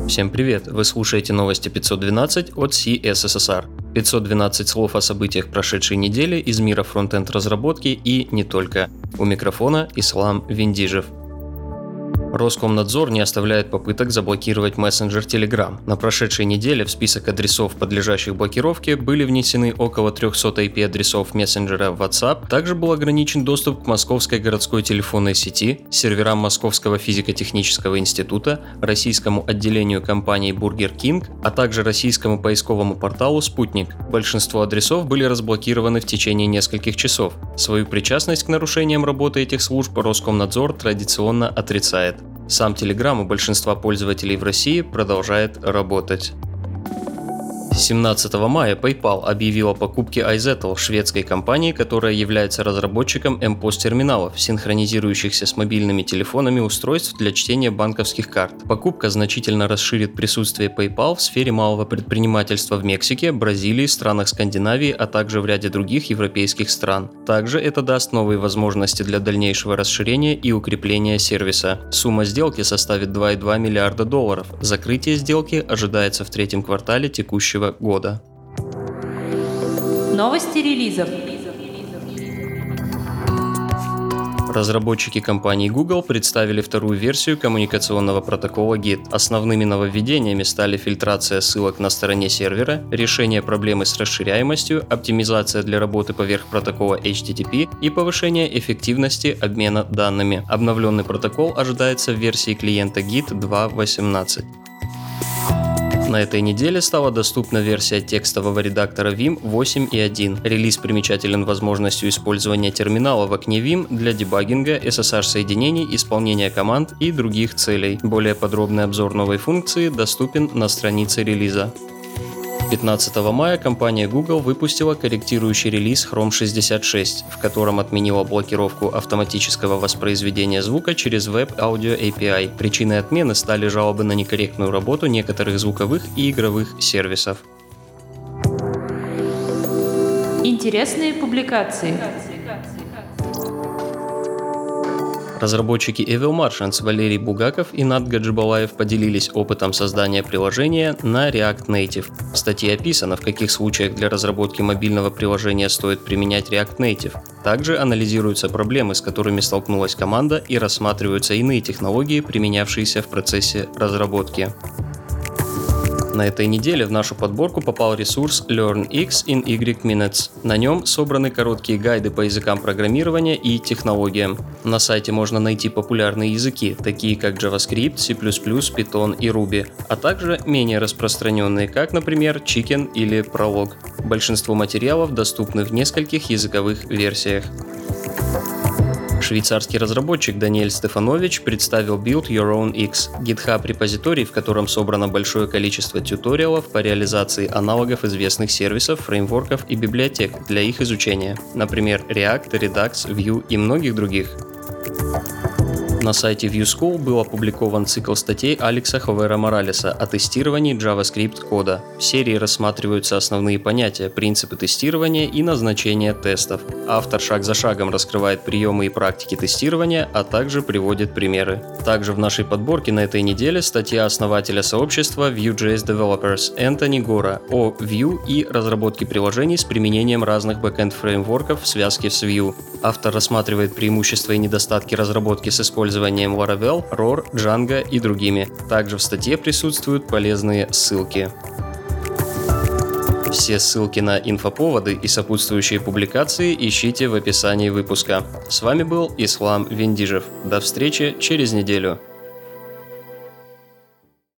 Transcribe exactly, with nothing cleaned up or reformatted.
Всем привет! Вы слушаете новости пятьсот двенадцать от си эс эс эс ар. пятьсот двенадцать слов о событиях прошедшей недели из мира фронт-энд разработки и не только. У микрофона Ислам Виндижев. Роскомнадзор не оставляет попыток заблокировать мессенджер Telegram. На прошедшей неделе в список адресов, подлежащих блокировке, были внесены около триста ай пи-адресов мессенджера WhatsApp. Также был ограничен доступ к Московской городской телефонной сети, серверам Московского физико-технического института, российскому отделению компании Burger King, а также российскому поисковому порталу «Спутник». Большинство адресов были разблокированы в течение нескольких часов. Свою причастность к нарушениям работы этих служб Роскомнадзор традиционно отрицает. Сам Telegram у большинства пользователей в России продолжает работать. семнадцатого мая PayPal объявил о покупке iZettle, шведской компании, которая является разработчиком эм пос-терминалов, синхронизирующихся с мобильными телефонами устройств для чтения банковских карт. Покупка значительно расширит присутствие PayPal в сфере малого предпринимательства в Мексике, Бразилии, странах Скандинавии, а также в ряде других европейских стран. Также это даст новые возможности для дальнейшего расширения и укрепления сервиса. Сумма сделки составит два и два миллиарда долларов. Закрытие сделки ожидается в третьем квартале текущего года. Новости релизов. Разработчики компании Google представили вторую версию коммуникационного протокола гит. Основными нововведениями стали фильтрация ссылок на стороне сервера, решение проблемы с расширяемостью, оптимизация для работы поверх протокола эйч ти ти пи и повышение эффективности обмена данными. Обновленный протокол ожидается в версии клиента гит два точка восемнадцать. На этой неделе стала доступна версия текстового редактора Vim восемь точка один. Релиз примечателен возможностью использования терминала в окне Vim для дебагинга, эс эс ар-соединений, исполнения команд и других целей. Более подробный обзор новой функции доступен на странице релиза. пятнадцатого мая компания Google выпустила корректирующий релиз Chrome шестьдесят шесть, в котором отменила блокировку автоматического воспроизведения звука через Web Audio эй пи ай. Причиной отмены стали жалобы на некорректную работу некоторых звуковых и игровых сервисов. Интересные публикации. Разработчики Evil Martians Валерий Бугаков и Нат Гаджибалаев поделились опытом создания приложения на React Native. В статье описано, в каких случаях для разработки мобильного приложения стоит применять React Native. Также анализируются проблемы, с которыми столкнулась команда, и рассматриваются иные технологии, применявшиеся в процессе разработки. На этой неделе в нашу подборку попал ресурс LearnX in Y Minutes. На нем собраны короткие гайды по языкам программирования и технологиям. На сайте можно найти популярные языки, такие как JavaScript, C++, Python и Ruby, а также менее распространенные, как, например, Chicken или Prolog. Большинство материалов доступны в нескольких языковых версиях. Швейцарский разработчик Даниэль Стефанович представил Build Your Own X – GitHub-репозиторий, в котором собрано большое количество тьюториалов по реализации аналогов известных сервисов, фреймворков и библиотек для их изучения, например, React, Redux, Vue и многих других. На сайте Vue School был опубликован цикл статей Алекса Ховера Моралеса о тестировании JavaScript кода. В серии рассматриваются основные понятия, принципы тестирования и назначение тестов. Автор шаг за шагом раскрывает приемы и практики тестирования, а также приводит примеры. Также в нашей подборке на этой неделе статья основателя сообщества Vue.js Developers Энтони Гора о Vue и разработке приложений с применением разных бэкэнд фреймворков в связке с Vue. Автор рассматривает преимущества и недостатки разработки с использованием использованием Laravel, Roar, Django и другими. Также в статье присутствуют полезные ссылки. Все ссылки на инфоповоды и сопутствующие публикации ищите в описании выпуска. С вами был Ислам Виндижев. До встречи через неделю.